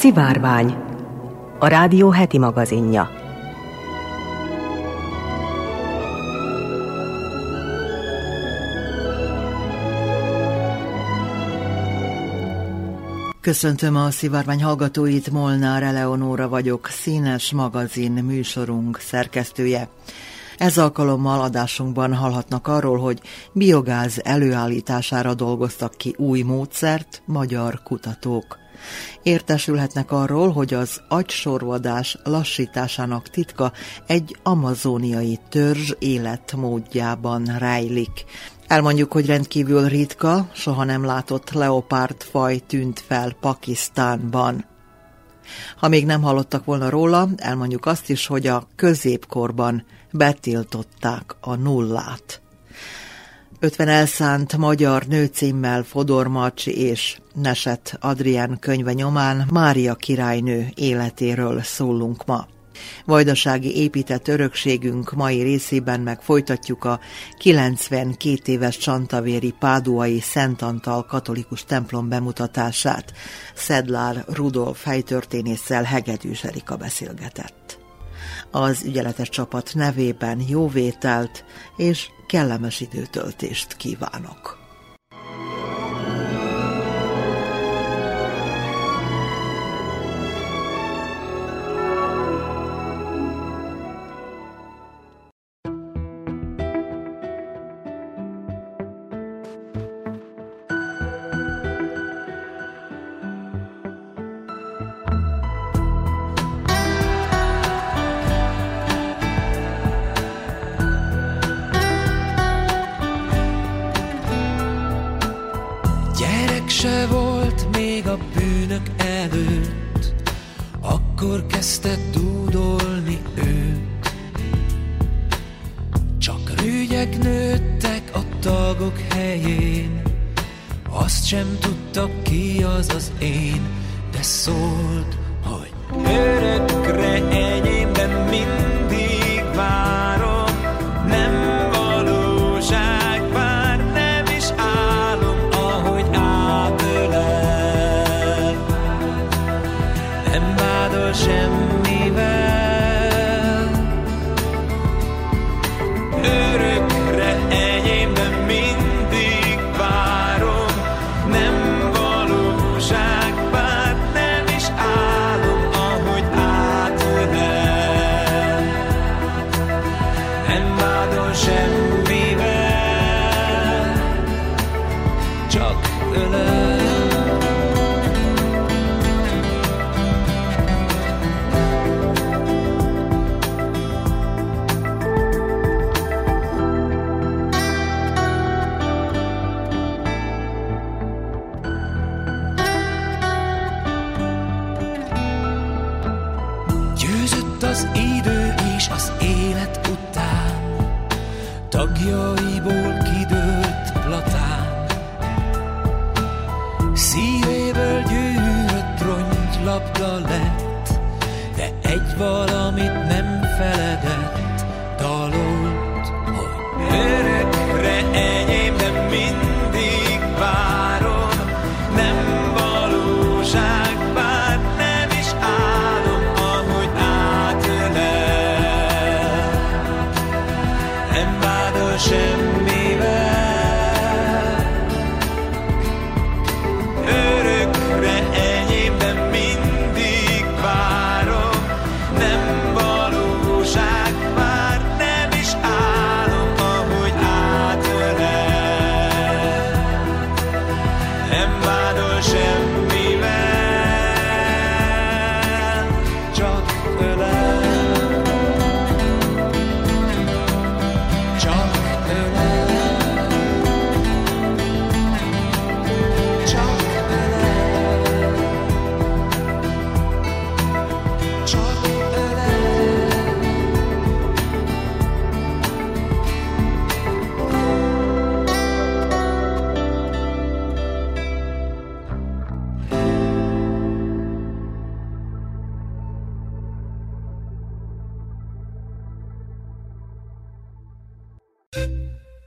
Szivárvány, a rádió heti magazinja. Köszöntöm a Szivárvány hallgatóit, Molnár Eleonóra vagyok, Színes magazin műsorunk szerkesztője. Ez alkalommal adásunkban hallhatnak arról, hogy biogáz előállítására dolgoztak ki új módszert magyar kutatók. Értesülhetnek arról, hogy az agysorvadás lassításának titka egy amazóniai törzs életmódjában rejlik. Elmondjuk, hogy rendkívül ritka, soha nem látott leopárdfaj tűnt fel Pakisztánban. Ha még nem hallottak volna róla, elmondjuk azt is, hogy a középkorban betiltották a nullát. 50 elszánt magyar nő címmel Fodor Marcsi és Neset Adrián könyve nyomán Mária királynő életéről szólunk ma. Vajdasági épített örökségünk mai részében meg folytatjuk a 92 éves csantavéri páduai Szent Antal katolikus templom bemutatását. Szedlár Rudolf helytörténésszel Hegedűs Erika beszélgetett. Az ügyeletes csapat nevében jó vételt és kellemes időtöltést kívánok! Se volt még a bűnök előtt, akkor kezdte dúdolni őt. Csak rügyek nőttek a tagok helyén, azt sem tudta ki az én, de szólt, hogy örökre enyém, de mindig várom, nem valóság, bár nem is álom, ahogy nem vádol semmivel. Örökre enyém, de mindig várom, nem valóság, bár nem is álom, ahogy átölel. Nem vádol semmivel, csak ölel. Az idő és az élet után tagjaiból kidőlt platán, szívéből gyűrött rongylabda lett, de egy valamit nem feledett, dalolt, hogy örökre enyém, de mindig várom, nem valóság, bár nem is álom, nem vádol semmivel. Örökre enyém, de mindig várom, nem valóság, bár nem is álom, ahogy átölel. Nem vádol semmivel, csak ölel.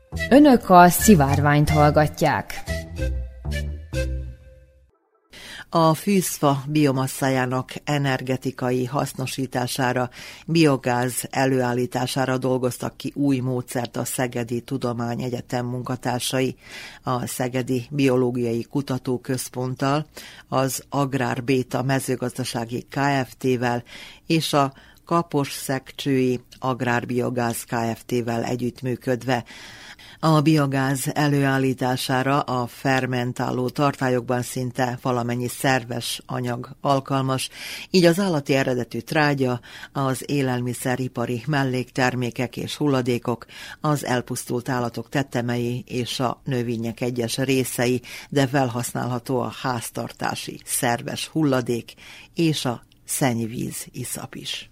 Önök a Szivárványt hallgatják. A fűzfa biomasszájának energetikai hasznosítására, biogáz előállítására dolgoztak ki új módszert a Szegedi Tudományegyetem munkatársai, a Szegedi Biológiai Kutatóközponttal, az Agrár Béta mezőgazdasági Kft-vel és a Kaposszegcsői Agrárbiogaz Kft-vel együttműködve. A biogáz előállítására a fermentáló tartályokban szinte valamennyi szerves anyag alkalmas, így az állati eredetű trágya, az élelmiszeripari melléktermékek és hulladékok, az elpusztult állatok tetemei és a növények egyes részei, de felhasználható a háztartási szerves hulladék és a szennyvíz iszap is.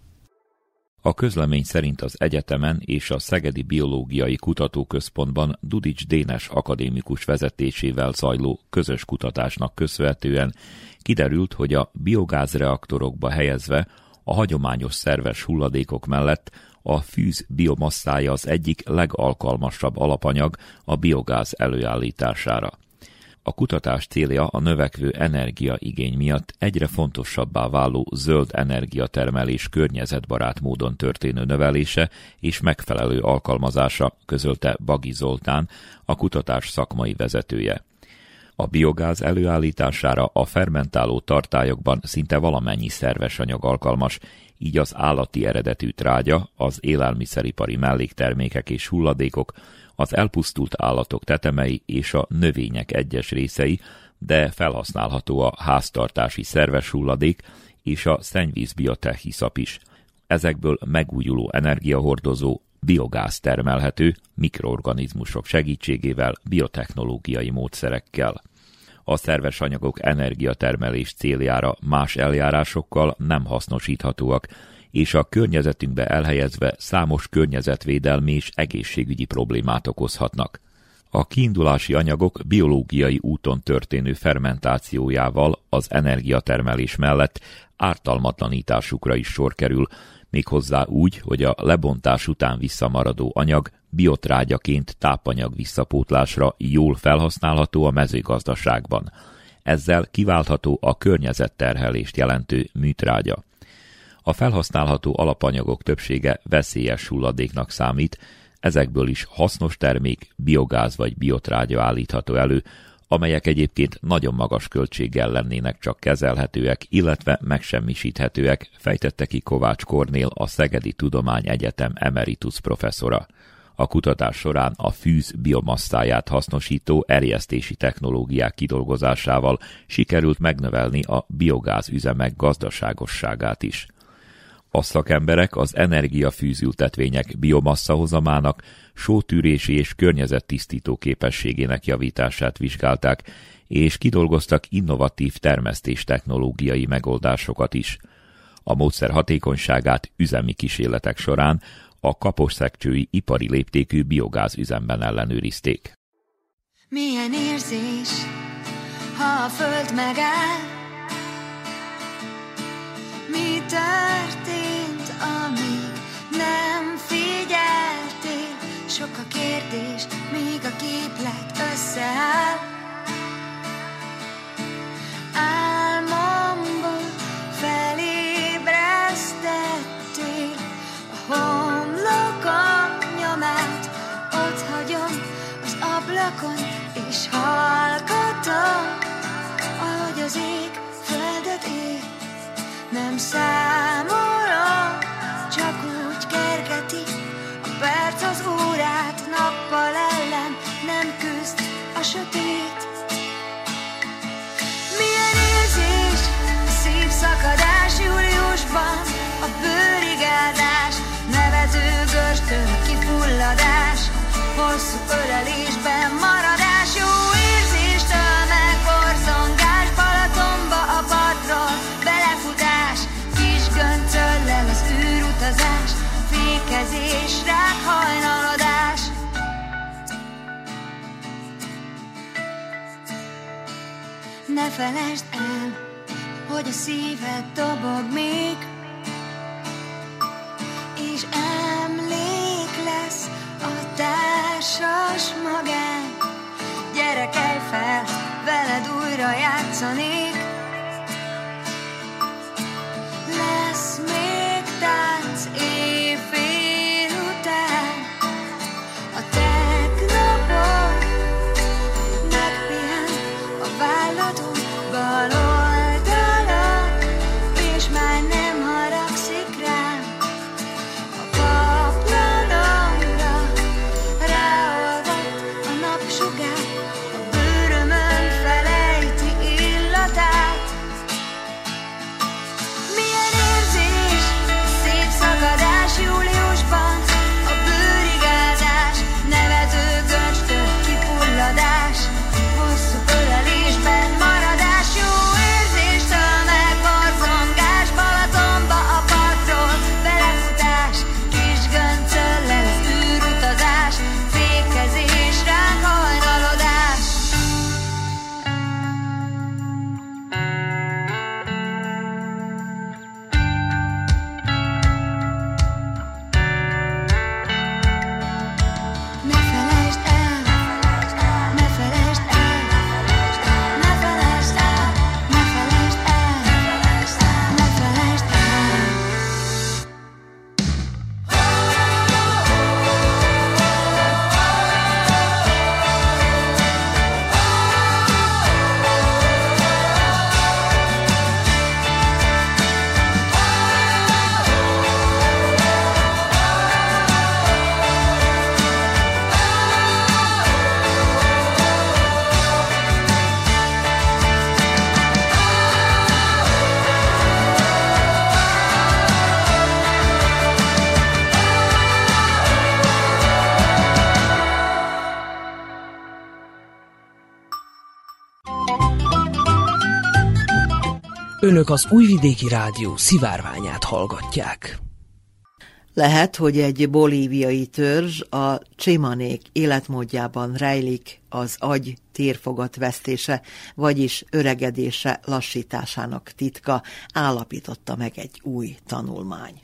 A közlemény szerint az egyetemen és a Szegedi Biológiai Kutatóközpontban Dudics Dénes akadémikus vezetésével zajló közös kutatásnak köszönhetően kiderült, hogy a biogázreaktorokba helyezve a hagyományos szerves hulladékok mellett a fűz biomasszája az egyik legalkalmasabb alapanyag a biogáz előállítására. A kutatás célja a növekvő energiaigény miatt egyre fontosabbá váló zöld energiatermelés környezetbarát módon történő növelése és megfelelő alkalmazása, közölte Bagi Zoltán, a kutatás szakmai vezetője. A biogáz előállítására a fermentáló tartályokban szinte valamennyi szerves anyag alkalmas, így az állati eredetű trágya, az élelmiszeripari melléktermékek és hulladékok, az elpusztult állatok tetemei és a növények egyes részei, de felhasználható a háztartási szerves hulladék és a szennyvíz biotech-iszap is. Ezekből megújuló energiahordozó biogáz termelhető mikroorganizmusok segítségével, biotechnológiai módszerekkel. A szerves anyagok energiatermelés céljára más eljárásokkal nem hasznosíthatóak, és a környezetünkbe elhelyezve számos környezetvédelmi és egészségügyi problémát okozhatnak. A kiindulási anyagok biológiai úton történő fermentációjával az energiatermelés mellett ártalmatlanításukra is sor kerül, méghozzá úgy, hogy a lebontás után visszamaradó anyag biotrágyaként tápanyag visszapótlásra jól felhasználható a mezőgazdaságban. Ezzel kiváltható a környezetterhelést jelentő műtrágya. A felhasználható alapanyagok többsége veszélyes hulladéknak számít, ezekből is hasznos termék, biogáz vagy biotrágya állítható elő, amelyek egyébként nagyon magas költséggel lennének csak kezelhetőek, illetve megsemmisíthetőek, fejtette ki Kovács Kornél, a Szegedi Tudományegyetem emeritus professzora. A kutatás során a fűz biomasszáját hasznosító erjesztési technológiák kidolgozásával sikerült megnövelni a biogáz üzemek gazdaságosságát is. A szakemberek az energiafűzültetvények biomasszahozamának, sótűrési és környezettisztító képességének javítását vizsgálták, és kidolgoztak innovatív termesztés technológiai megoldásokat is. A módszer hatékonyságát üzemi kísérletek során a Kaposszegcsői ipari léptékű biogáz üzemben ellenőrizték. Milyen érzés, ha a föld megáll? Mi történt, amíg nem figyeltél? Sok a kérdés, míg a képlet összeáll. Álmomból felébresztettél, a homlokom nyomát ott hagyom az ablakon, és hallgatom, ahogy az ég földet ér. Nem számolom, csak úgy kergeti a perc az órát, nappal ellen nem küzd a sötét. Milyen érzés, a szívszakadás júliusban, a bőrigázás, nevező görstön kifulladás, hosszú ölelésben maradás, jó érzéstől megborzongás, Balatonba a partról belefutás, kis göncöllel az űrutazás, fékezés, rákhajnalodás. Ne felejtsd el, hogy a szíved dobog még, és emlék lesz a társas magány. Gyere, kelj fel, veled újra játszanék. Önök az Újvidéki Rádió szivárványát hallgatják. Lehet, hogy egy bolíviai törzs, a csimanék életmódjában rejlik az agy térfogatvesztése, vagyis öregedése lassításának titka, állapította meg egy új tanulmány.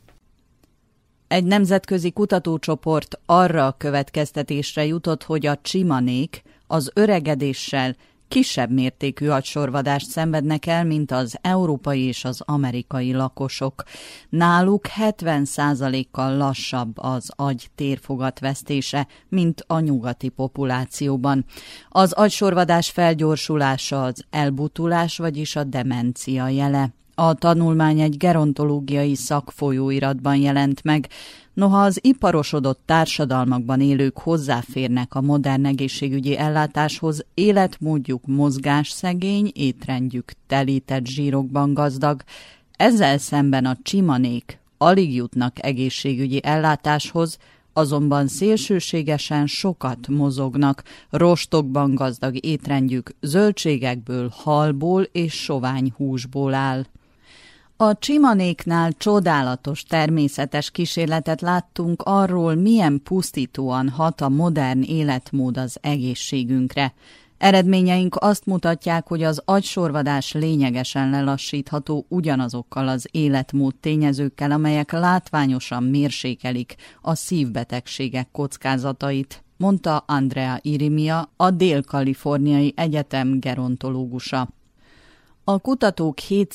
Egy nemzetközi kutatócsoport arra a következtetésre jutott, hogy a csimanék az öregedéssel kisebb mértékű agysorvadást szenvednek el, mint az európai és az amerikai lakosok. Náluk 70%-kal lassabb az agy térfogatvesztése, mint a nyugati populációban. Az agysorvadás felgyorsulása az elbutulás, vagyis a demencia jele. A tanulmány egy gerontológiai szakfolyóiratban jelent meg, noha az iparosodott társadalmakban élők hozzáférnek a modern egészségügyi ellátáshoz, életmódjuk mozgásszegény, étrendjük telített zsírokban gazdag, ezzel szemben a csimanék alig jutnak egészségügyi ellátáshoz, azonban szélsőségesen sokat mozognak, rostokban gazdag étrendjük zöldségekből, halból és sovány húsból áll. A csimanéknál csodálatos természetes kísérletet láttunk arról, milyen pusztítóan hat a modern életmód az egészségünkre. Eredményeink azt mutatják, hogy az agysorvadás lényegesen lelassítható ugyanazokkal az életmód tényezőkkel, amelyek látványosan mérsékelik a szívbetegségek kockázatait, mondta Andrea Irimia, a Dél-Kaliforniai Egyetem gerontológusa. A kutatók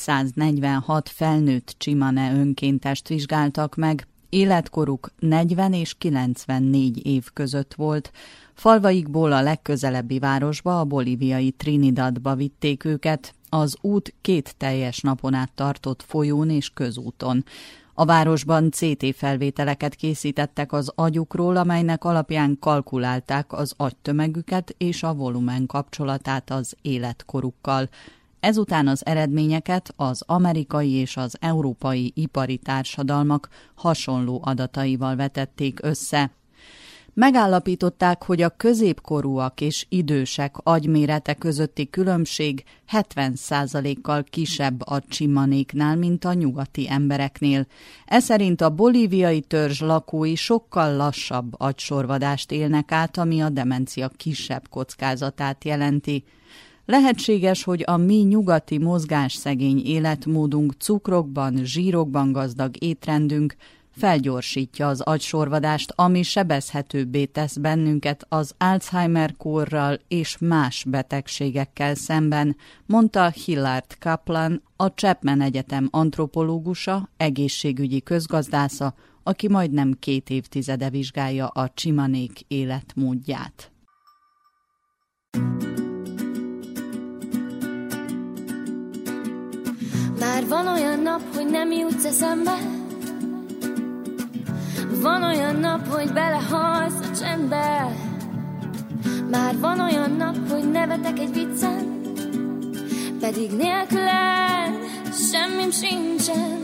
746 felnőtt csimane önkéntest vizsgáltak meg, életkoruk 40 és 94 év között volt. Falvaikból a legközelebbi városba, a bolíviai Trinidadba vitték őket, az út 2 teljes napon át tartott folyón és közúton. A városban CT felvételeket készítettek az agyukról, amelynek alapján kalkulálták az agytömegüket és a volumen kapcsolatát az életkorukkal. Ezután az eredményeket az amerikai és az európai ipari társadalmak hasonló adataival vetették össze. Megállapították, hogy a középkorúak és idősek agymérete közötti különbség 70%-kal kisebb a csimanéknál, mint a nyugati embereknél. Ez szerint a bolíviai törzs lakói sokkal lassabb agysorvadást élnek át, ami a demencia kisebb kockázatát jelenti. Lehetséges, hogy a mi nyugati mozgásszegény életmódunk, cukrokban, zsírokban gazdag étrendünk felgyorsítja az agysorvadást, ami sebezhetőbbé tesz bennünket az Alzheimer-kórral és más betegségekkel szemben, mondta Hillard Kaplan, a Chapman Egyetem antropológusa, egészségügyi közgazdásza, aki majdnem 2 évtizede vizsgálja a csimanék életmódját. Már van olyan nap, hogy nem jutsz eszembe, van olyan nap, hogy belehalsz a csendbe. Már van olyan nap, hogy nevetek egy viccen, pedig nélküled semmim sincsen.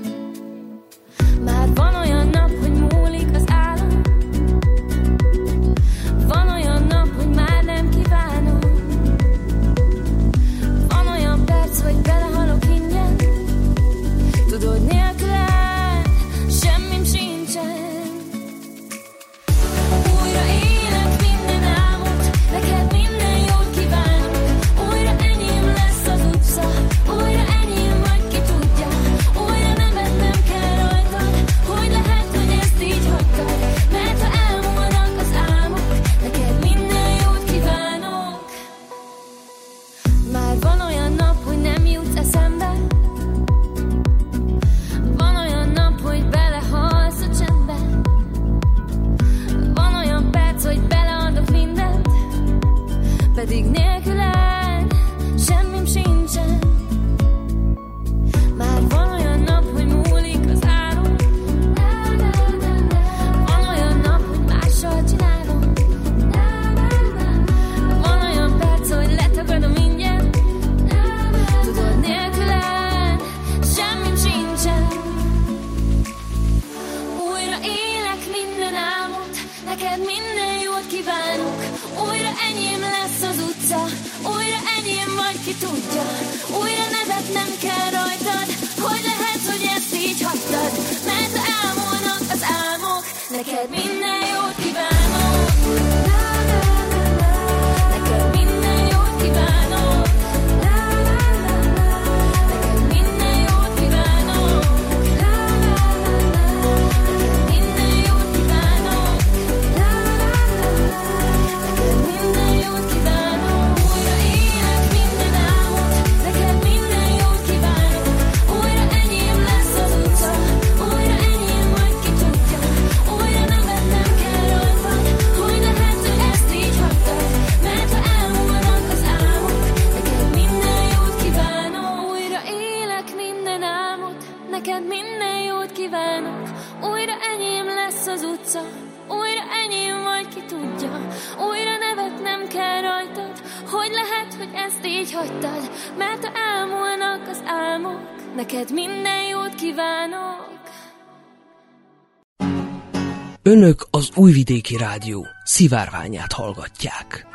Már van olyan nap, hogy múlik az álom, van olyan nap, hogy már nem kívánom. Van olyan perc, hogy belehalok ingyen, tudod, nélküled semmim sincsen. Újra élek minden álmot, neked minden jót kívánok. Újra enyém lesz az utca, újra enyém vagy, ki tudja. Újra nevetnem kell rajtad, hogy lehet, hogy ezt így hagytad. Mert ha elmúlnak az álmok, neked minden jót kívánok. Már van olyan nap, hogy nem jutsz eszembe, van olyan nap, hogy belehalsz a csendbe. Van olyan perc, hogy beleadok mindent, pedig nélküled semmim sincsen. Már van olyan nap, hogy múlik az álom, van olyan nap, hogy mással csinálom. Van olyan perc, hogy letagadom ingyen, tudod, nélküled semmim sincsen. Újra élek minden álmot, neked minden jót kívánok. Újra enyém lesz az utca, utca, újra enyém vagy, ki tudja. Újra nevetnem kell rajtad, hogy lehet, hogy ezt így hagytad. Mert ha elmúlnak az álmok, neked minden jót kívánok. Neked minden jót kívánok. Neked minden jót kívánok. Neked minden jót kívánok. Neked minden jót kívánok. Újra élek minden álmot, neked minden jót kívánok. Újra enyém lesz az utca, újra enyém vagy, ki tudja. Újra nevetnem kell rajtad, hogy lehet, hogy ezt így hagytad. Mert ha elmúlnak az álmok, neked minden jót kívánok. Újra élek minden álmot, neked minden jót kívánok. Újra enyém lesz az utca, újra enyém vagy, ki tudja. Újra nevetnem kell rajtad, hogy lehet, hogy ezt így hagytad. Mert ha elmúlnak az álmok, neked minden jót kívánok. Önök az Újvidéki Rádió szivárványát hallgatják.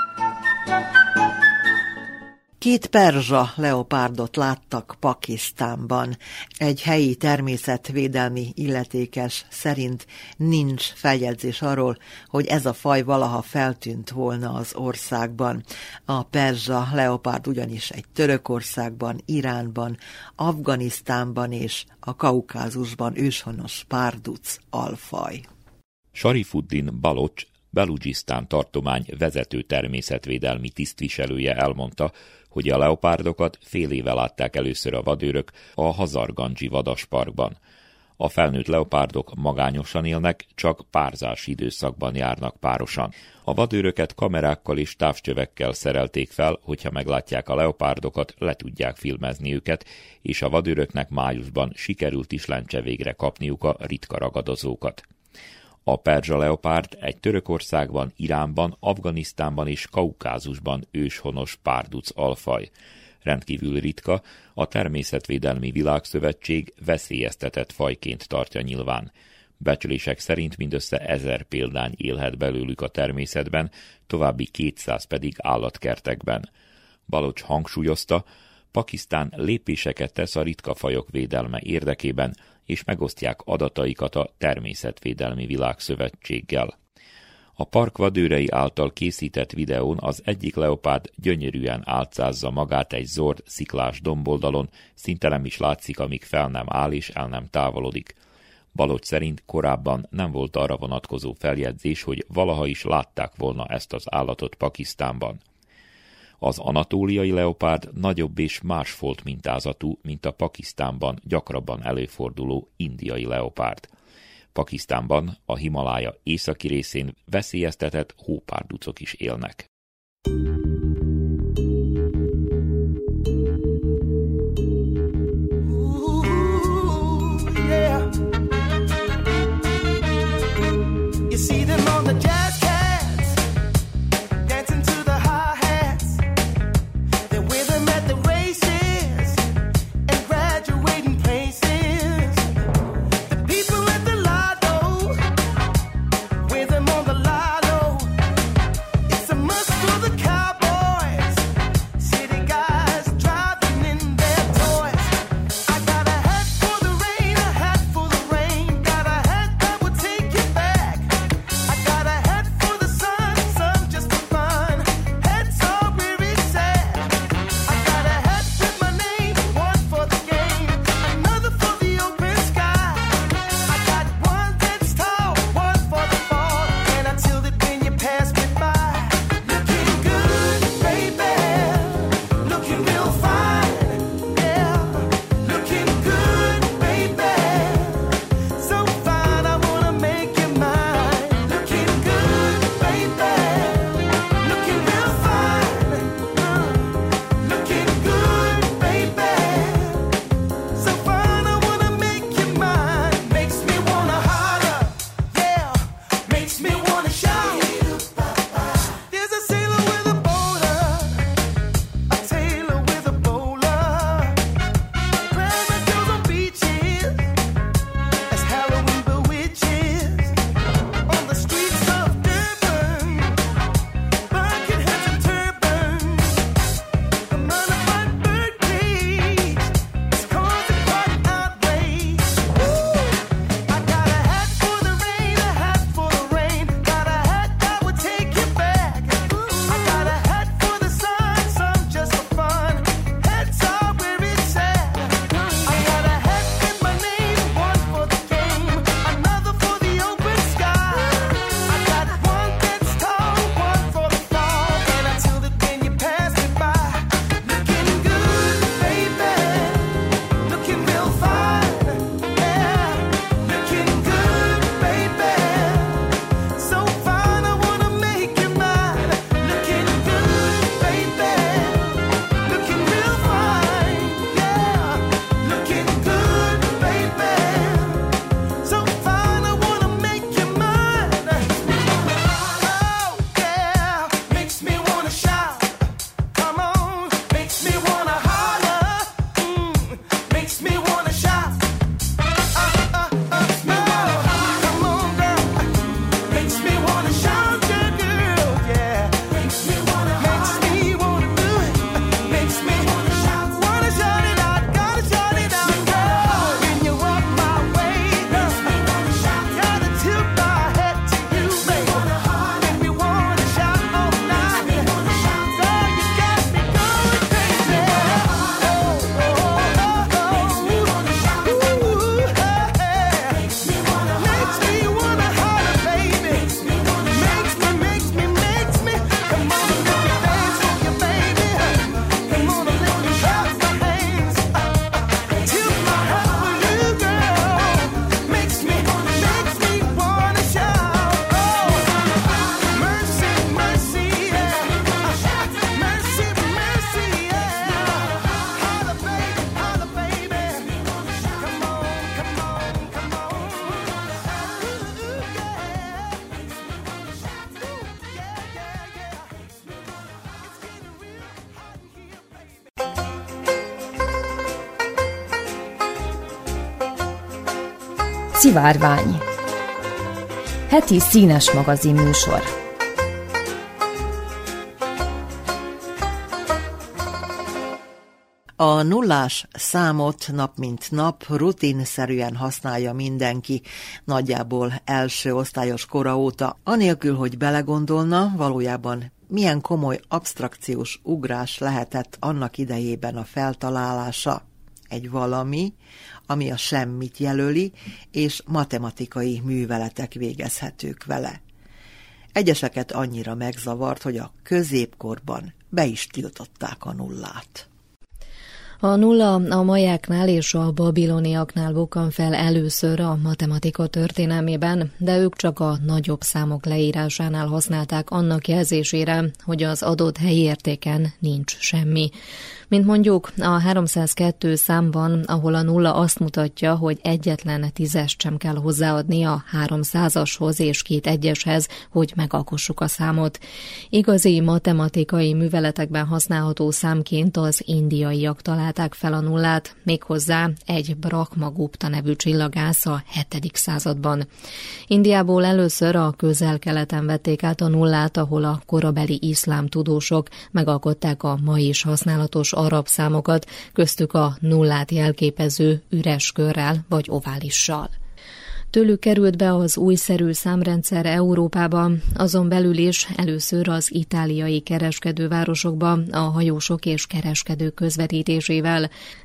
2 perzsa leopárdot láttak Pakisztánban. Egy helyi természetvédelmi illetékes szerint nincs feljegyzés arról, hogy ez a faj valaha feltűnt volna az országban. A perzsa leopárd ugyanis egy Törökországban, Iránban, Afganisztánban és a Kaukázusban őshonos párduc alfaj. Sharifuddin Baloch, Beludzsisztán tartomány vezető természetvédelmi tisztviselője elmondta, hogy a leopárdokat fél éve látták először a vadőrök a Hazargandzsi vadasparkban. A felnőtt leopárdok magányosan élnek, csak párzási időszakban járnak párosan. A vadőröket kamerákkal és távcsövekkel szerelték fel, hogyha meglátják a leopárdokat, le tudják filmezni őket, és a vadőröknek májusban sikerült is lencse végre kapniuk a ritka ragadozókat. A perzsa leopárd egy Törökországban, Iránban, Afganisztánban és Kaukázusban őshonos párduc alfaj. Rendkívül ritka, a Természetvédelmi Világszövetség veszélyeztetett fajként tartja nyilván. Becslések szerint mindössze 1000 példány élhet belőlük a természetben, további 200 pedig állatkertekben. Baloch hangsúlyozta, Pakisztán lépéseket tesz a ritka fajok védelme érdekében, és megosztják adataikat a Természetvédelmi Világszövetséggel. A park vadőrei által készített videón az egyik leopárd gyönyörűen álcázza magát egy zord, sziklás domboldalon, szinte nem is látszik, amíg fel nem áll és el nem távolodik. Baloch szerint korábban nem volt arra vonatkozó feljegyzés, hogy valaha is látták volna ezt az állatot Pakisztánban. Az anatóliai leopárd nagyobb és más folt mintázatú, mint a Pakisztánban gyakrabban előforduló indiai leopárd. Pakisztánban, a Himalája északi részén veszélyeztetett hópárducok is élnek. It's a must. Szivárvány. Heti színes magazin műsor. A nullás számot nap mint nap rutinszerűen használja mindenki, nagyjából első osztályos kora óta, anélkül, hogy belegondolna, valójában milyen komoly absztrakciós ugrás lehetett annak idejében a feltalálása. Egy valami, ami a semmit jelöli, és matematikai műveletek végezhetők vele. Egyeseket annyira megzavart, hogy a középkorban be is tiltották a nullát. A nulla a majáknál és a babiloniaknál bukkan fel először a matematika történelmében, de ők csak a nagyobb számok leírásánál használták annak jelzésére, hogy az adott helyértéken nincs semmi. Mint mondjuk a 302 számban, ahol a nulla azt mutatja, hogy egyetlen tízest sem kell hozzáadni a 300-ashoz és 2 egyeshez, hogy megalkossuk a számot. Igazi matematikai műveletekben használható számként az indiaiak találták fel a nullát, méghozzá egy Brahmagupta nevű csillagász a 7. században. Indiából először a Közel-Keleten vették át a nullát, ahol a korabeli iszlám tudósok megalkották a ma is használatos arab számokat, köztük a nullát jelképező üres körrel vagy oválissal. Tőlük került be az újszerű számrendszer Európába, azon belül is először az itáliai kereskedővárosokba a hajósok és kereskedők közvetítésével.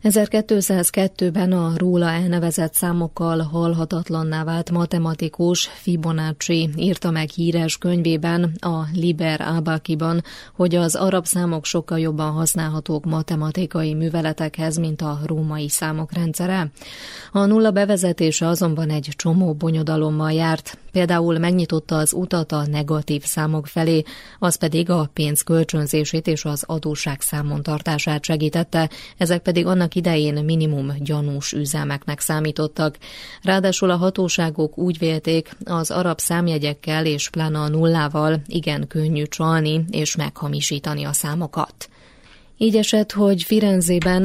1202-ben a róla elnevezett számokkal halhatatlanná vált matematikus Fibonacci írta meg híres könyvében, a Liber Abaciban, hogy az arab számok sokkal jobban használhatók matematikai műveletekhez, mint a római számok rendszere. A nulla bevezetése azonban egy csomó bonyodalommal járt, például megnyitotta az utat a negatív számok felé, az pedig a pénz kölcsönzését és az adósság számon tartását segítette, ezek pedig annak idején minimum gyanús üzelmeknek számítottak. Ráadásul a hatóságok úgy vélték, az arab számjegyekkel és pláne a nullával igen könnyű csalni és meghamisítani a számokat. Így esett, hogy Firenzében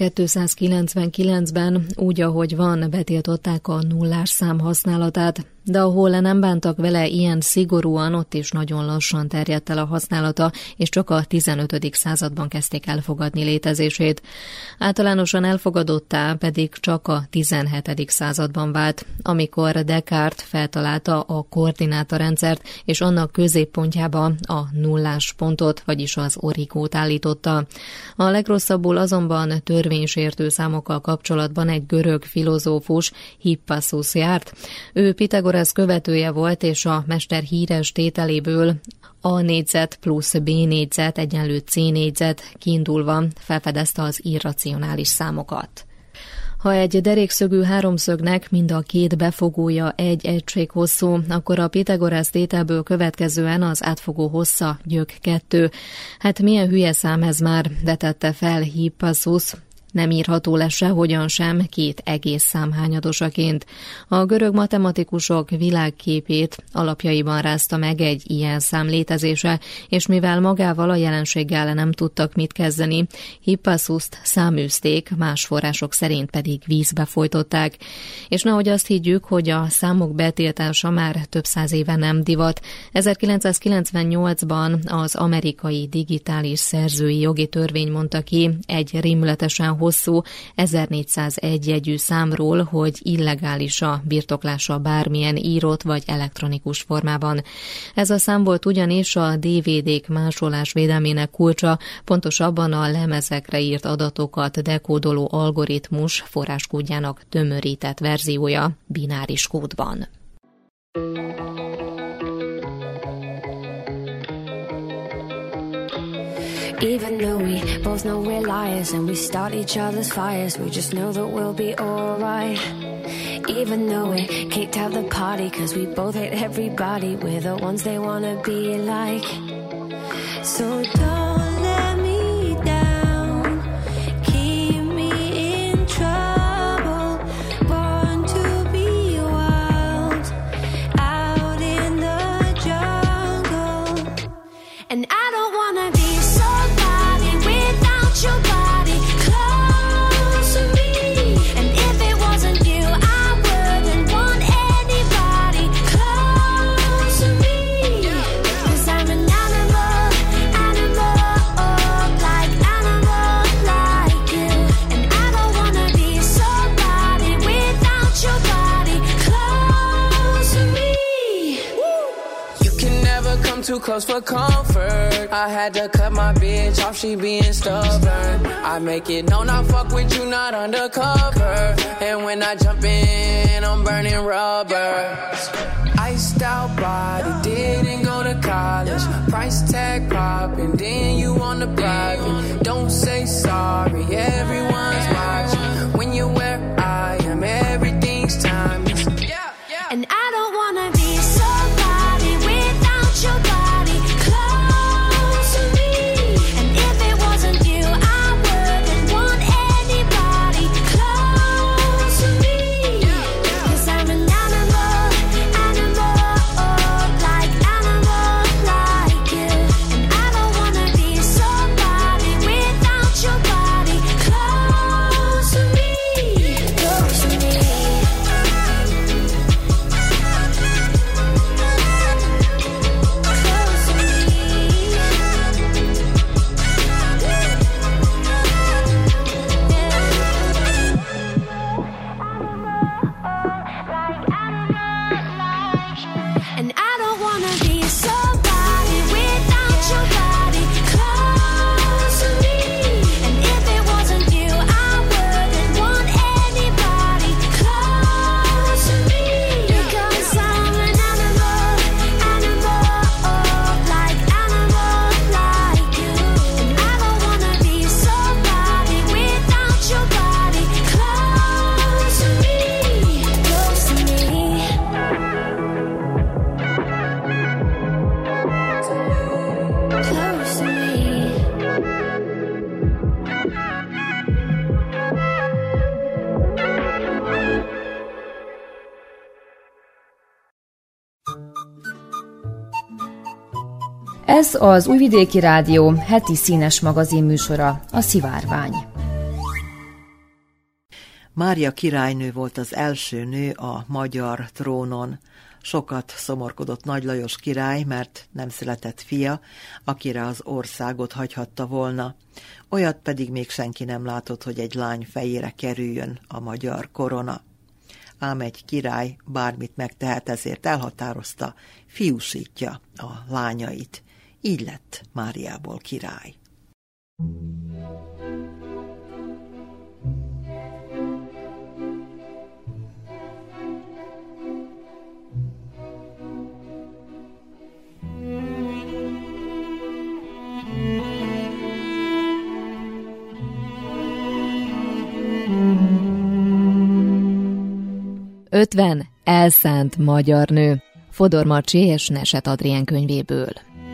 1299-ben úgy, ahogy van, betiltották a nullás szám használatát, de ahol nem bántak vele ilyen szigorúan, ott is nagyon lassan terjedt el a használata, és csak a 15. században kezdték elfogadni létezését. Általánosan elfogadottá pedig csak a 17. században vált, amikor Descartes feltalálta a koordinátorrendszert, és annak középpontjába a nullás pontot, vagyis az origót állította. A legrosszabbul azonban törvénysértő számokkal kapcsolatban egy görög filozófus, Hippasusz járt. Ő Pitagorasz követője volt, és a mester híres tételéből A négyzet plusz B négyzet egyenlő C négyzet kiindulva felfedezte az irracionális számokat. Ha egy derékszögű háromszögnek mind a 2 befogója egy egység hosszú, akkor a Pitagorasz tételből következően az átfogó hossza gyök 2. Hát milyen hülye szám ez már, de tette fel Hippasusz. Nem írható le sehogyan sem 2 egész szám hányadosaként. A görög matematikusok világképét alapjaiban rázta meg egy ilyen szám létezése, és mivel magával a jelenséggel nem tudtak mit kezdeni, Hippaszuszt száműzték, más források szerint pedig vízbe folytották. És nehogy azt higgyük, hogy a számok betiltása már több száz éve nem divat. 1998-ban az amerikai digitális szerzői jogi törvény mondta ki egy rémületesen hosszú 1401 jegyű számról, hogy illegális a birtoklása bármilyen írott vagy elektronikus formában. Ez a szám volt ugyanis a DVD-k másolás védelmének kulcsa, pontosabban a lemezekre írt adatokat dekódoló algoritmus forráskódjának tömörített verziója bináris kódban. Even though we both know we're liars and we start each other's fires, we just know that we'll be alright. Even though we kicked out the party cause we both hate everybody, we're the ones they wanna be like. So don't let me down, keep me in trouble, born to be wild, out in the jungle. And I don't wanna be somebody without your body close to me. And if it wasn't you, I wouldn't want too close for comfort. I had to cut my bitch off, she being stubborn. I make it known I fuck with you, not undercover. And when I jump in, I'm burning rubber. Iced out body, didn't go to college. Price tag popping, then you on the private. Don't say sorry, everyone's watching. When you're where I am, everything's timeless. And I don't wanna be somebody without your body close to me. And if it wasn't you, I wouldn't want anybody close to me. 'Cause I'm an animal, like you. And I don't wanna be somebody without your body close to me. Close to me. And I don't wanna be somebody without your body close to me. And if it wasn't you, I wouldn't want anybody close to me. Because I'm an animal, like you. And I don't wanna be somebody without your body close to me. Close to me. Close to me. Ez az Újvidéki Rádió heti színes magazin műsora, a Szivárvány. Mária királynő volt az első nő a magyar trónon. Sokat szomorkodott Nagy Lajos király, mert nem született fia, akire az országot hagyhatta volna. Olyat pedig még senki nem látott, hogy egy lány fejére kerüljön a magyar korona. Ám egy király bármit megtehet, ezért elhatározta, fiúsítja a lányait. Így lett Máriából király. Ötven elszánt magyar nő. Fodor Marcsi és Neset Adrien könyvéből.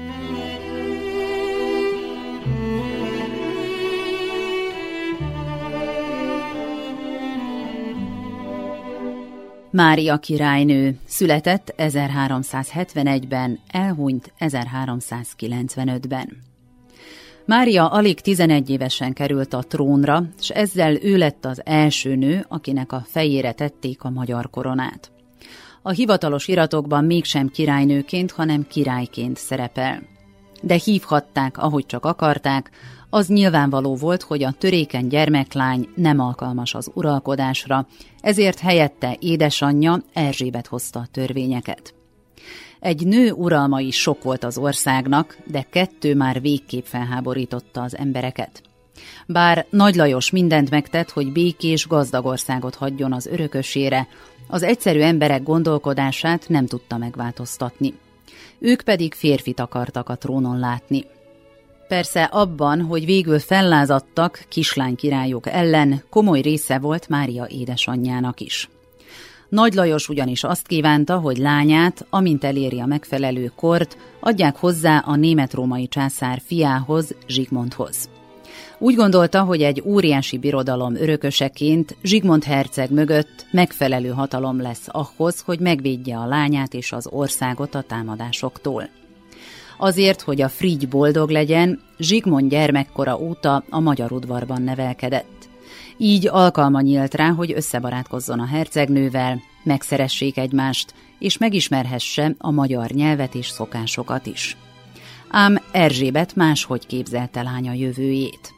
Mária királynő született 1371-ben, elhunyt 1395-ben. Mária alig 11 évesen került a trónra, és ezzel ő lett az első nő, akinek a fejére tették a magyar koronát. A hivatalos iratokban mégsem királynőként, hanem királyként szerepel. De hívhatták, ahogy csak akarták, az nyilvánvaló volt, hogy a törékeny gyermeklány nem alkalmas az uralkodásra, ezért helyette édesanyja Erzsébet hozta a törvényeket. Egy nő uralma is sok volt az országnak, de 2 már végképp felháborította az embereket. Bár Nagy Lajos mindent megtett, hogy békés, gazdag országot hagyjon az örökösére, az egyszerű emberek gondolkodását nem tudta megváltoztatni. Ők pedig férfit akartak a trónon látni. Persze abban, hogy végül fellázadtak kislánykirályok ellen, komoly része volt Mária édesanyjának is. Nagy Lajos ugyanis azt kívánta, hogy lányát, amint eléri a megfelelő kort, adják hozzá a német-római császár fiához, Zsigmondhoz. Úgy gondolta, hogy egy óriási birodalom örököseként Zsigmond herceg mögött megfelelő hatalom lesz ahhoz, hogy megvédje a lányát és az országot a támadásoktól. Azért, hogy a frigy boldog legyen, Zsigmond gyermekkora óta a magyar udvarban nevelkedett. Így alkalma nyílt rá, hogy összebarátkozzon a hercegnővel, megszeressék egymást, és megismerhesse a magyar nyelvet és szokásokat is. Ám Erzsébet máshogy képzelte lánya jövőjét.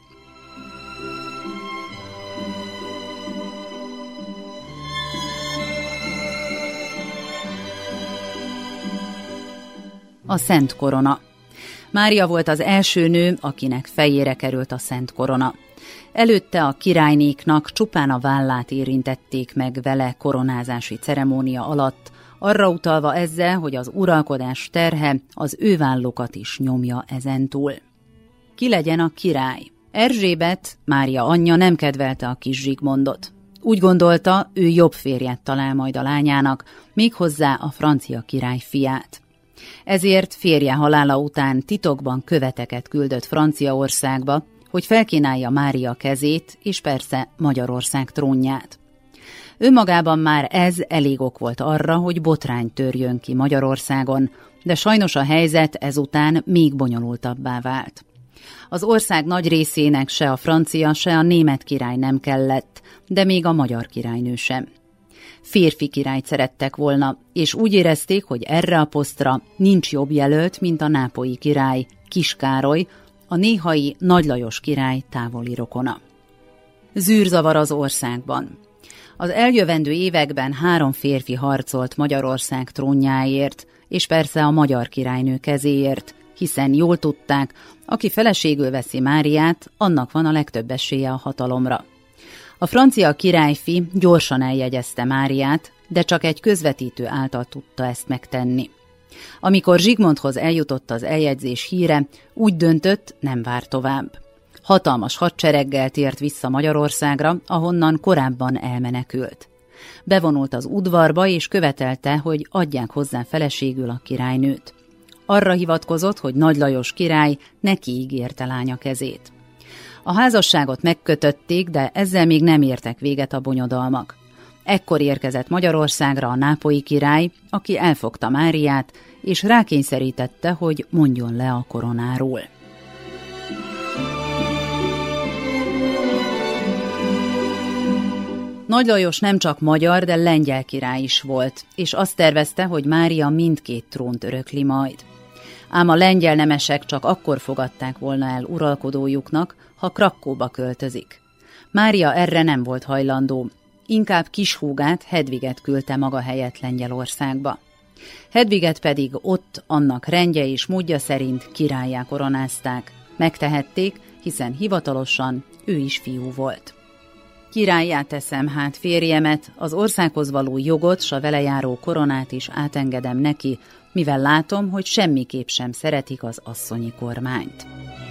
a Szent Korona. Mária volt az első nő, akinek fejére került a Szent Korona. Előtte a királynéknak csupán a vállát érintették meg vele koronázási ceremónia alatt, arra utalva ezzel, hogy az uralkodás terhe az ő vállukat is nyomja ezentúl. Ki legyen a király? Erzsébet, Mária anyja nem kedvelte a kis Zsigmondot. Úgy gondolta, ő jobb férjet talál majd a lányának, méghozzá a francia király fiát. Ezért férje halála után titokban követeket küldött Franciaországba, hogy felkínálja Mária kezét, és persze Magyarország trónját. Önmagában már ez elég ok volt arra, hogy botrány törjön ki Magyarországon, de sajnos a helyzet ezután még bonyolultabbá vált. Az ország nagy részének se a francia, se a német király nem kellett, de még a magyar királynő sem. Férfi királyt szerettek volna, és úgy érezték, hogy erre a posztra nincs jobb jelölt, mint a nápolyi király, Kis Károly, a néhai Nagy Lajos király távoli rokona. Zűrzavar az országban. Az eljövendő években 3 férfi harcolt Magyarország trónjáért, és persze a magyar királynő kezéért, hiszen jól tudták, aki feleségül veszi Máriát, annak van a legtöbb esélye a hatalomra. A francia királyfi gyorsan eljegyezte Máriát, de csak egy közvetítő által tudta ezt megtenni. Amikor Zsigmondhoz eljutott az eljegyzés híre, úgy döntött, nem vár tovább. Hatalmas hadsereggel tért vissza Magyarországra, ahonnan korábban elmenekült. Bevonult az udvarba, és követelte, hogy adják hozzá feleségül a királynőt. Arra hivatkozott, hogy Nagy Lajos király neki ígérte lánya kezét. A házasságot megkötötték, de ezzel még nem értek véget a bonyodalmak. Ekkor érkezett Magyarországra a nápolyi király, aki elfogta Máriát, és rákényszerítette, hogy mondjon le a koronáról. Nagy Lajos nem csak magyar, de lengyel király is volt, és azt tervezte, hogy Mária mindkét trónt örökli majd. Ám a lengyel nemesek csak akkor fogadták volna el uralkodójuknak, ha Krakkóba költözik. Mária erre nem volt hajlandó, inkább kishúgát, Hedviget küldte maga helyett Lengyelországba. Hedviget pedig ott annak rendje és módja szerint királlyá koronázták. Megtehették, hiszen hivatalosan ő is fiú volt. Királlyá teszem hát férjemet, az országhoz való jogot, s a vele járó koronát is átengedem neki, mivel látom, hogy semmiképp sem szeretik az asszonyi kormányt.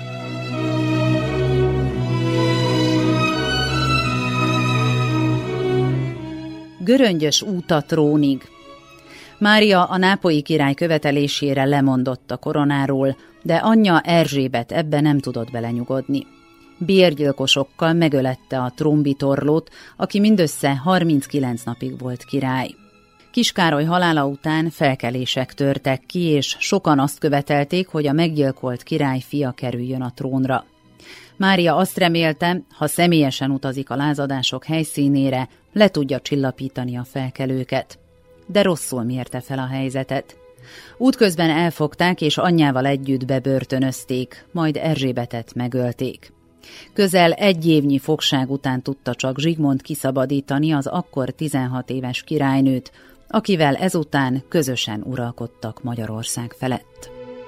Göröngyös út a trónig. Mária a nápolyi király követelésére lemondott a koronáról, de anyja Erzsébet ebbe nem tudott belenyugodni. Bérgyilkosokkal megölette a trónbitorlót, aki mindössze 39 napig volt király. Kis Károly halála után felkelések törtek ki, és sokan azt követelték, hogy a meggyilkolt király fia kerüljön a trónra. Mária azt remélte, ha személyesen utazik a lázadások helyszínére, le tudja csillapítani a felkelőket. De rosszul mérte fel a helyzetet. Útközben elfogták, és anyjával együtt bebörtönözték, majd Erzsébetet megölték. Közel 1 évnyi fogság után tudta csak Zsigmond kiszabadítani az akkor 16 éves királynőt, akivel ezután közösen uralkodtak Magyarország felett.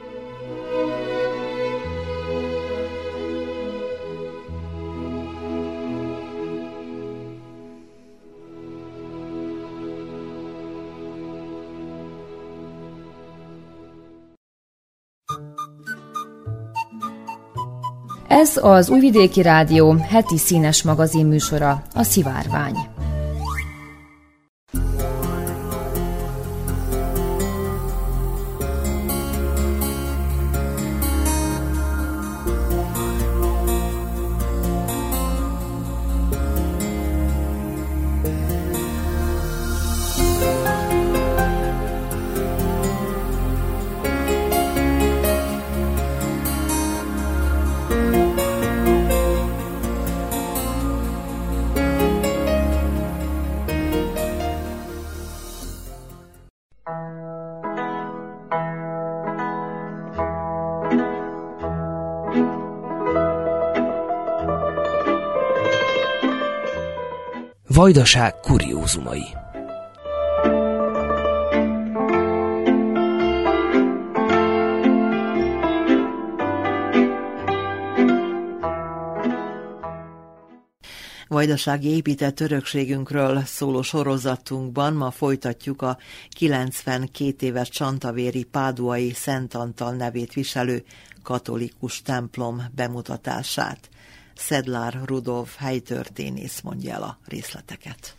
Ez az Újvidéki Rádió heti színes magazin műsora, a Szivárvány. Vajdaság kuriózumai. vajdasági épített örökségünkről szóló sorozatunkban ma folytatjuk a 92 éves csantavéri páduai Szent Antal nevét viselő katolikus templom bemutatását. Szedlár Rudolf helytörténész mondja el a részleteket.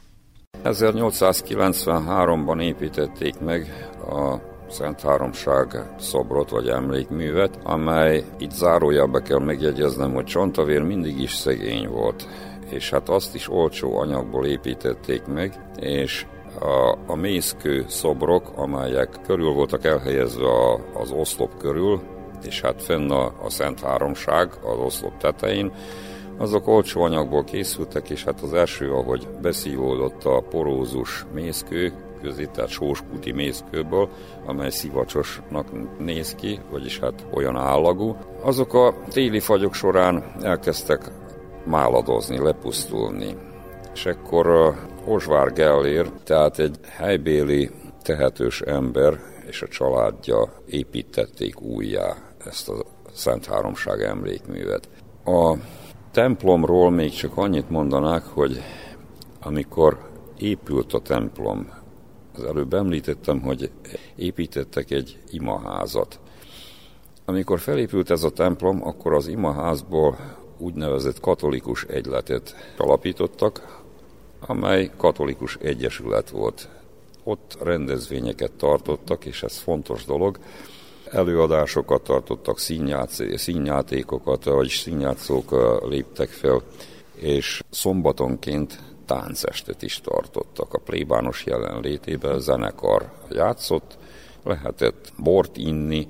1893-ban építették meg a Szent Háromság szobrot vagy emlékművet, amely itt zárójelbe kell megjegyeznem, hogy Csantavér mindig is szegény volt, és hát azt is olcsó anyagból építették meg, és a mészkő szobrok, amelyek körül voltak elhelyezve az oszlop körül, és hát fenn a Szent Háromság az oszlop tetején, azok olcsó anyagból készültek, és hát az első, ahogy beszívódott a porózus mészkő közé, tehát sóskúti mészkőből, amely szivacsosnak néz ki, vagyis hát olyan állagú, azok a téli fagyok során elkezdtek máladozni, lepusztulni. És akkor Ozsvár Gellér, tehát egy helybéli tehetős ember és a családja építették újjá ezt a Szent Háromság emlékművet. A templomról még csak annyit mondanák, hogy amikor épült a templom, az előbb említettem, hogy építettek egy imaházat. Amikor felépült ez a templom, akkor az imaházból úgynevezett katolikus egyletet alapítottak, amely katolikus egyesület volt. Ott rendezvényeket tartottak, és ez fontos dolog. Előadásokat tartottak, színjátékokat, vagyis színjátszók léptek fel, és szombatonként táncestet is tartottak. A plébános jelenlétében zenekar játszott, lehetett bort inni.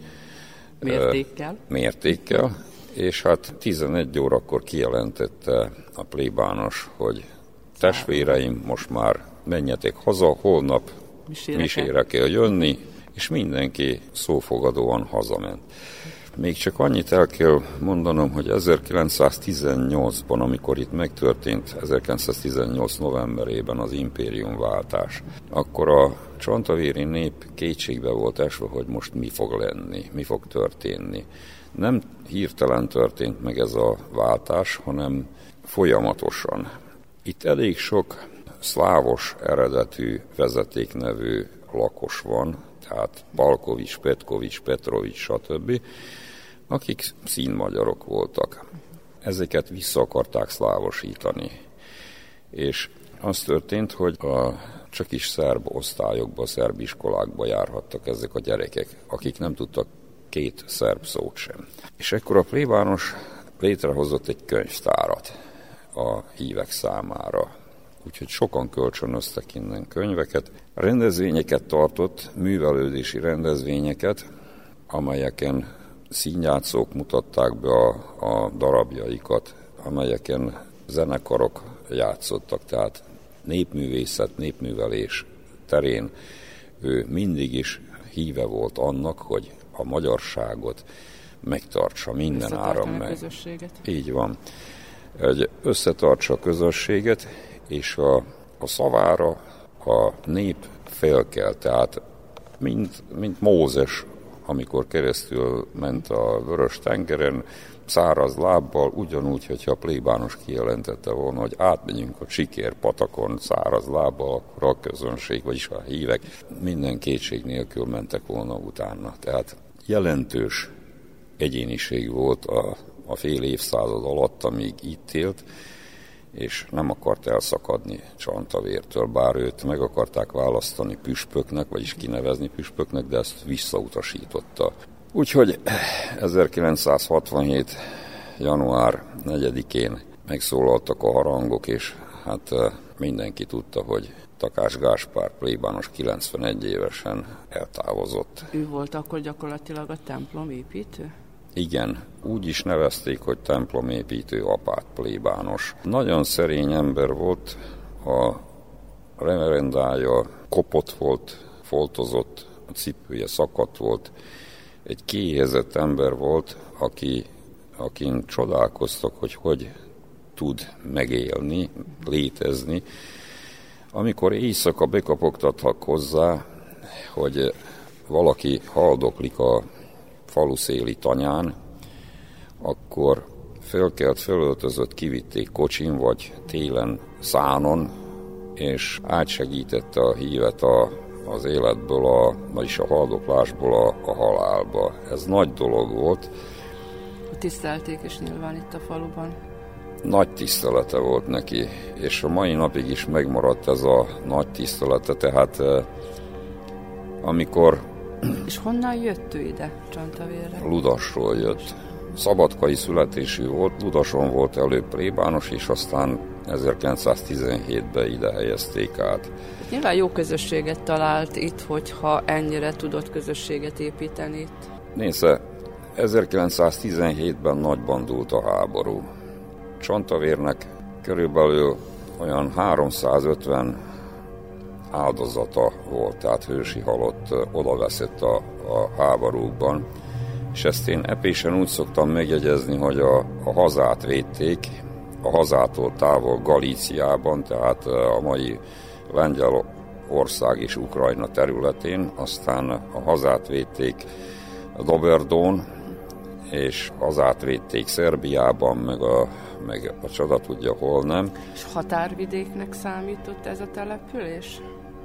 Mértékkel, és hát 11 órakor kijelentette a plébános, hogy testvéreim, most már menjetek haza, holnap misére kell jönni, és mindenki szófogadóan hazament. Még csak annyit el kell mondanom, hogy 1918-ban, amikor itt megtörtént, 1918 novemberében az impériumváltás, akkor a csantavéri nép kétségbe volt esve, hogy most mi fog lenni, mi fog történni. Nem hirtelen történt meg ez a váltás, hanem folyamatosan. Itt elég sok szlávos eredetű vezetéknevű lakos van, tehát Palkovics, Petkovics, Petrovics, stb., akik színmagyarok voltak. Ezeket vissza akarták szlávosítani. És az történt, hogy csak is szerb osztályokba, szerb iskolákba járhattak ezek a gyerekek, akik nem tudtak két szerb szót sem. És ekkor a plébános létrehozott egy könyvtárat a hívek számára. Úgyhogy sokan kölcsönöztek innen könyveket. Rendezvényeket tartott, művelődési rendezvényeket, amelyeken színjátszók mutatták be a darabjaikat, amelyeken zenekarok játszottak, tehát népművészet, népművelés terén ő mindig is híve volt annak, hogy a magyarságot megtartsa minden áron meg. Így van. Hogy összetartsa a közösséget, és a szavára a nép felkel, tehát mint Mózes, amikor keresztül ment a Vörös-tengeren, száraz lábbal, ugyanúgy, hogyha a plébános kijelentette volna, hogy átmegyünk a Csikér patakon száraz lábbal, akkor a közönség, vagyis a hívek minden kétség nélkül mentek volna utána. Tehát jelentős egyéniség volt a fél évszázad alatt, amíg itt élt, és nem akart elszakadni Csantavértől, bár őt meg akarták választani püspöknek, vagyis kinevezni püspöknek, de ezt visszautasította. Úgyhogy 1967. január 4-én megszólaltak a harangok, és hát mindenki tudta, hogy Takás Gáspár plébános 91 évesen eltávozott. Ő volt akkor gyakorlatilag a templomépítő? Igen, úgy is nevezték, hogy templomépítő apát plébános. Nagyon szerény ember volt, a reverendája kopott volt, foltozott, a cipője szakadt volt. Egy kiéhezett ember volt, akin csodálkoztak, hogy tud megélni, létezni. Amikor éjszaka bekapogtattak hozzá, hogy valaki haldoklik a faluszéli tanyán, akkor fölkelt, fölöltözött, kivitték kocsin, vagy télen szánon, és átsegítette a hívet az életből, vagyis a haldoklásból a halálba. Ez nagy dolog volt. Tisztelték is nyilván itt a faluban. Nagy tisztelete volt neki, és a mai napig is megmaradt ez a nagy tisztelete, tehát amikor... És honnan jött ő ide, Csantavérre? Ludasról jött. Szabadkai születésű volt, Ludason volt előbb plébános, és aztán 1917-ben ide helyezték át. Nyilván jó közösséget talált itt, hogyha ennyire tudott közösséget építeni itt. Nézze, 1917-ben nagyban dúlt a háború. Csantavérnek körülbelül olyan 350 áldozata volt, tehát hősi halott odaveszett a háborúkban. És ezt én epésen úgy szoktam megjegyezni, hogy a hazát védték, a hazától távol Galíciában, tehát a mai Lengyelország és Ukrajna területén, aztán a hazát védték Doberdón, és hazát védték Szerbiában, meg a csoda tudja hol nem. És határvidéknek számított ez a település?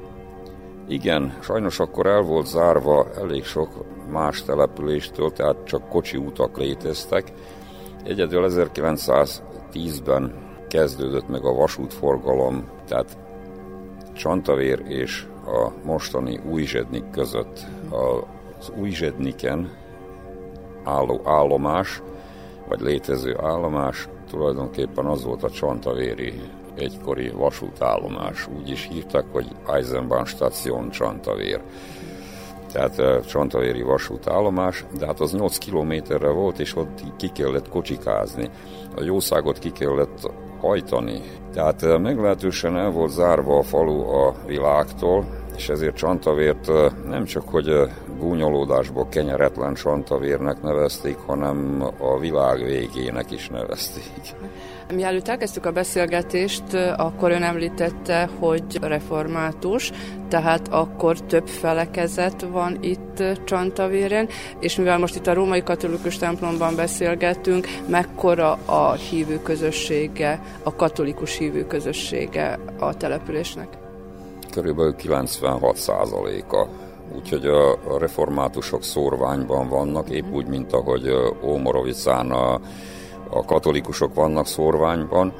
Igen, sajnos akkor el volt zárva elég sok más településtől, tehát csak kocsi utak léteztek. Egyedül 1910-ben kezdődött meg a vasútforgalom, tehát Csantavér és a mostani Újzsednik között. Az Újzsedniken álló állomás, vagy létező állomás tulajdonképpen az volt a csantavéri egykori vasútállomás. Úgy is hívták, hogy Eisenbahnstation Csantavér. Tehát csantavéri vasútállomás, de hát az 8 kilométerre volt, és ott ki kellett kocsikázni. A jószágot ki kellett hajtani. Tehát meglehetősen el volt zárva a falu a világtól, és ezért Csantavért nem csak, hogy gúnyolódásból kenyeretlen Csantavérnek nevezték, hanem a világ végének is nevezték. Mielőtt elkezdtük a beszélgetést, akkor ön említette, hogy református, tehát akkor több felekezet van itt Csantavéren, és mivel most itt a római katolikus templomban beszélgetünk, mekkora a hívő közössége, a katolikus hívő közössége a településnek? Körülbelül 96%-a. Úgyhogy a reformátusok szórványban vannak, épp úgy, mint ahogy Ómorovicán a katolikusok vannak szórványban.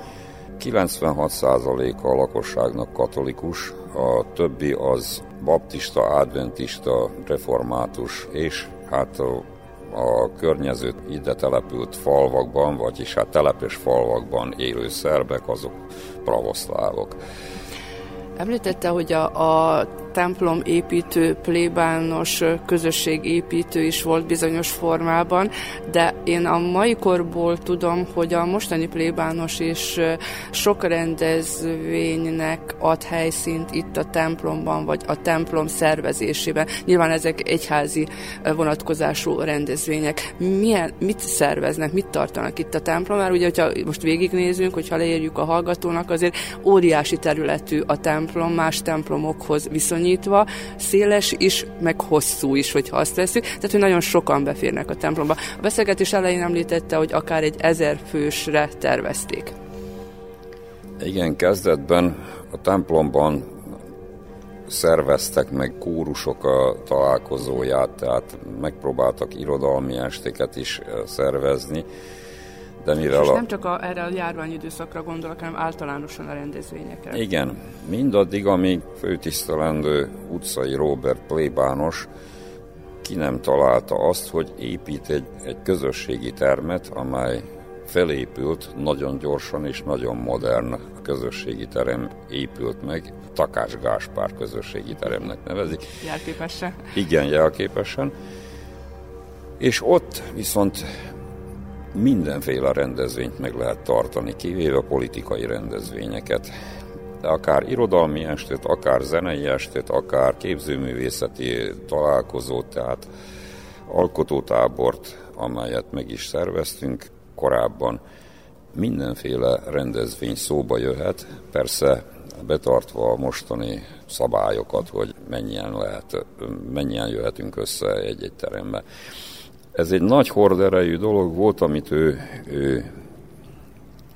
96%-a a lakosságnak katolikus, a többi az baptista, adventista, református, és hát a környező ide települt falvakban, vagyis hát telepes falvakban élő szerbek, azok pravoszlávok. Említette, hogy a templom építő, plébános közösség építő is volt bizonyos formában, de én a mai korból tudom, hogy a mostani plébános is sok rendezvénynek ad helyszínt itt a templomban, vagy a templom szervezésében. Nyilván ezek egyházi vonatkozású rendezvények. Mit szerveznek, mit tartanak itt a templomnál? Ugye, hogyha most végignézünk, hogyha leírjuk a hallgatónak, azért óriási területű a templom, más templomokhoz viszonyítva, széles is, meg hosszú is, hogyha azt veszük, tehát, hogy nagyon sokan beférnek a templomba. A beszélgetés elején említette, hogy akár egy 1000 fősre tervezték. Igen, kezdetben a templomban szerveztek meg kórusok a találkozóját, tehát megpróbáltak irodalmi estéket is szervezni, de mivel és nem csak erre a járványidőszakra gondolok, hanem általánosan a rendezvényekre. Igen, mindaddig, amíg főtisztelendő utcai Róbert plébános ki nem találta azt, hogy épít egy közösségi termet, amely felépült nagyon gyorsan és nagyon modern közösségi terem épült meg. Takács Gáspár közösségi teremnek nevezik. Jelképesen. Igen, jelképesen. És ott viszont mindenféle rendezvényt meg lehet tartani, kivéve politikai rendezvényeket. De akár irodalmi estét, akár zenei estét, akár képzőművészeti találkozót, tehát alkotótábort, amelyet meg is szerveztünk korábban, mindenféle rendezvény szóba jöhet, persze betartva a mostani szabályokat, hogy mennyien jöhetünk össze egy-egy terembe. Ez egy nagy horderejű dolog volt, amit ő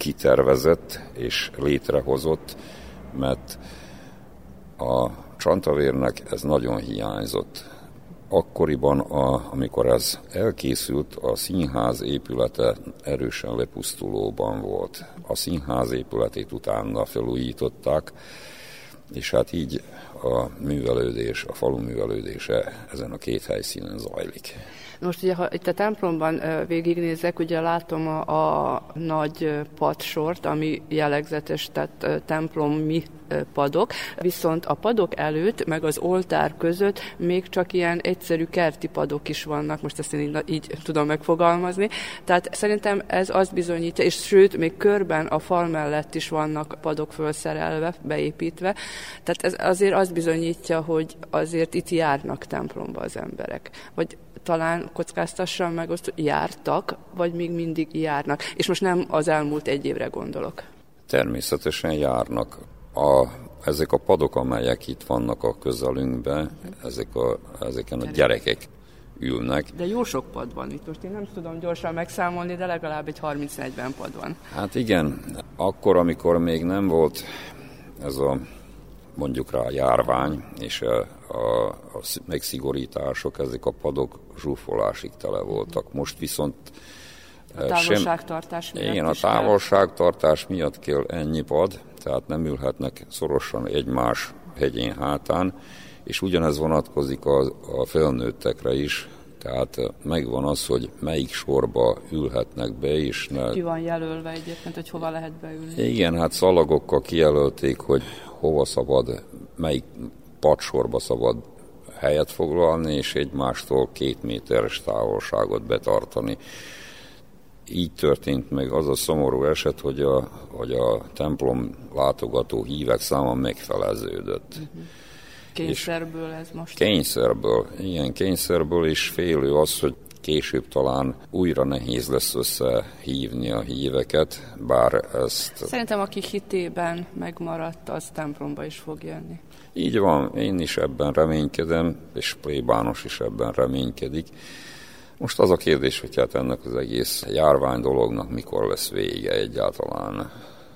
kitervezett és létrehozott, mert a csantavérnek ez nagyon hiányzott. Akkoriban, amikor ez elkészült, a színház épülete erősen lepusztulóban volt. A színház épületét utána felújították, és hát így a művelődés, a falu művelődése ezen a két helyszínen zajlik. Most ugye, ha itt a templomban végignézek, ugye látom a nagy padsort, ami jellegzetes, tehát templomi padok, viszont a padok előtt, meg az oltár között még csak ilyen egyszerű kerti padok is vannak, most ezt én így tudom megfogalmazni. Tehát szerintem ez azt bizonyítja, és sőt, még körben a fal mellett is vannak padok felszerelve, beépítve. Tehát ez azért azt bizonyítja, hogy azért itt járnak templomba az emberek. Vagy talán kockáztassam meg azt, hogy jártak, vagy még mindig járnak. És most nem az elmúlt egy évre gondolok. Természetesen járnak. Ezek a padok, amelyek itt vannak a közelünkben, ezeken a gyerekek ülnek. De jó sok pad van itt. Most én nem tudom gyorsan megszámolni, de legalább egy 30-40 pad van. Hát igen, akkor, amikor még nem volt ez a mondjuk rá járvány és a megszigorítások, ezek a padok zsúfolásig tele voltak. Most viszont a távolságtartás miatt. Igen, a távolságtartás miatt kell ennyi pad, tehát nem ülhetnek szorosan egymás hegyén hátán, és ugyanez vonatkozik a felnőttekre is, tehát megvan az, hogy melyik sorba ülhetnek be is. Ki van jelölve egyébként, hogy hova lehet beülni? Igen, hát szalagokkal kijelölték, hogy hova szabad, melyik padsorba szabad helyet foglalni, és egymástól 2 méteres távolságot betartani. Így történt meg az a szomorú eset, hogy a templom látogató hívek száma megfeleződött. Kényszerből ez most? Kényszerből, igen, kényszerből, és félő az, hogy később talán újra nehéz lesz összehívni a híveket, bár ezt... Szerintem aki hitében megmaradt, az templomba is fog jönni. Így van, én is ebben reménykedem, és plébános is ebben reménykedik. Most az a kérdés, hogy hát ennek az egész járvány dolognak mikor lesz vége egyáltalán.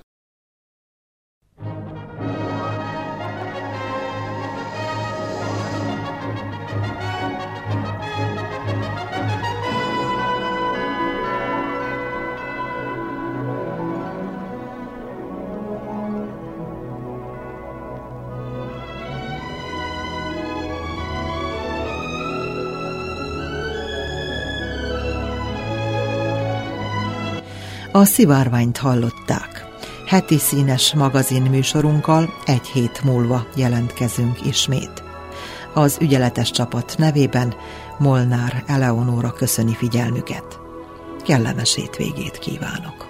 A Szivárványt hallották. Heti színes magazin műsorunkkal egy hét múlva jelentkezünk ismét. Az ügyeletes csapat nevében Molnár Eleonóra köszöni figyelmüket. Kellemes hétvégét kívánok!